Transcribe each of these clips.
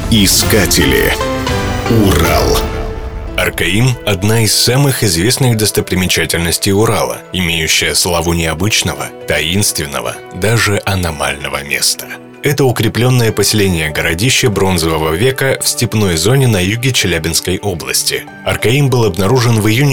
Искатели. Урал. Аркаим – одна из самых известных достопримечательностей Урала, имеющая славу необычного, таинственного, даже аномального места. Это укрепленное поселение-городище бронзового века в степной зоне на юге Челябинской области. Аркаим был обнаружен в июне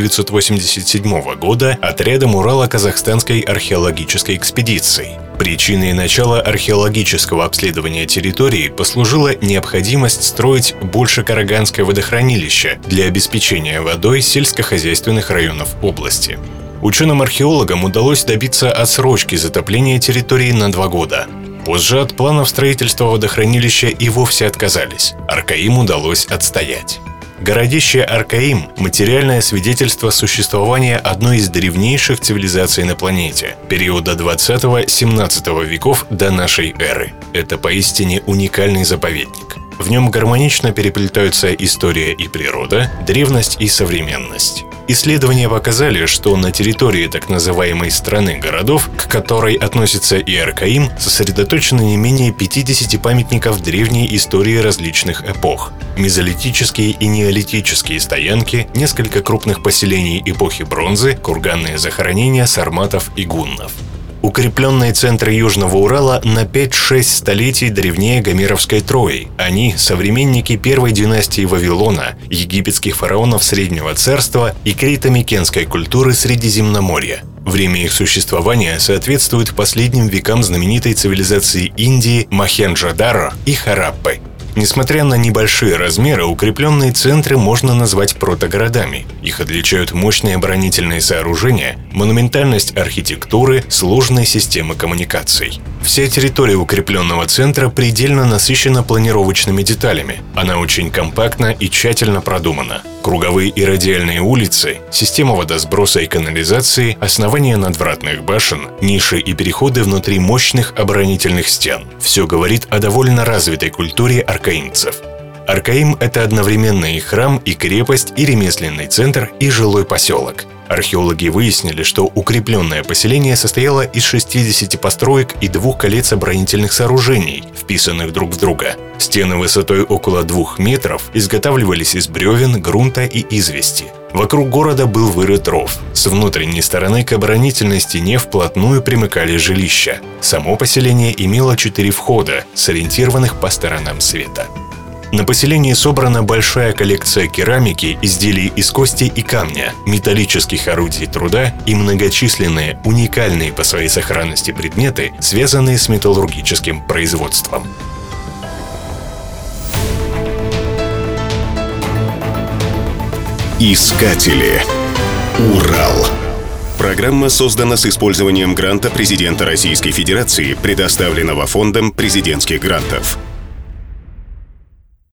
1987 года отрядом Урало-Казахстанской археологической экспедиции. Причиной начала археологического обследования территории послужила необходимость строить Большекараганское водохранилище для обеспечения водой сельскохозяйственных районов области. Ученым-археологам удалось добиться отсрочки затопления территории на 2 года. Позже от планов строительства водохранилища и вовсе отказались. Аркаим удалось отстоять. Городище Аркаим – материальное свидетельство существования одной из древнейших цивилизаций на планете периода 20-17 веков до нашей эры. Это поистине уникальный заповедник. В нем гармонично переплетаются история и природа, древность и современность. Исследования показали, что на территории так называемой страны городов, к которой относится и Аркаим, сосредоточено не менее 50 памятников древней истории различных эпох. Мезолитические и неолитические стоянки, несколько крупных поселений эпохи бронзы, курганные захоронения сарматов и гуннов. Укрепленные центры Южного Урала на 5-6 столетий древнее Гомеровской Трои. Они – современники первой династии Вавилона, египетских фараонов Среднего Царства и крито-микенской культуры Средиземноморья. Время их существования соответствует последним векам знаменитой цивилизации Индии Мохенджо-Даро и Хараппы. Несмотря на небольшие размеры, укрепленные центры можно назвать протогородами. Их отличают мощные оборонительные сооружения, монументальность архитектуры, сложные системы коммуникаций. Вся территория укрепленного центра предельно насыщена планировочными деталями. Она очень компактна и тщательно продумана. Круговые и радиальные улицы, система водосброса и канализации, основания надвратных башен, ниши и переходы внутри мощных оборонительных стен. Все говорит о довольно развитой культуре аркаимцев. Аркаим – это одновременно и храм, и крепость, и ремесленный центр, и жилой поселок. Археологи выяснили, что укрепленное поселение состояло из 60 построек и 2 колец оборонительных сооружений, вписанных друг в друга. Стены высотой около 2 метров изготавливались из бревен, грунта и извести. Вокруг города был вырыт ров. С внутренней стороны к оборонительной стене вплотную примыкали жилища. Само поселение имело 4 входа, сориентированных по сторонам света. На поселении собрана большая коллекция керамики, изделий из кости и камня, металлических орудий труда и многочисленные, уникальные по своей сохранности предметы, связанные с металлургическим производством. Искатели. Урал. Программа создана с использованием гранта президента Российской Федерации, предоставленного Фондом президентских грантов.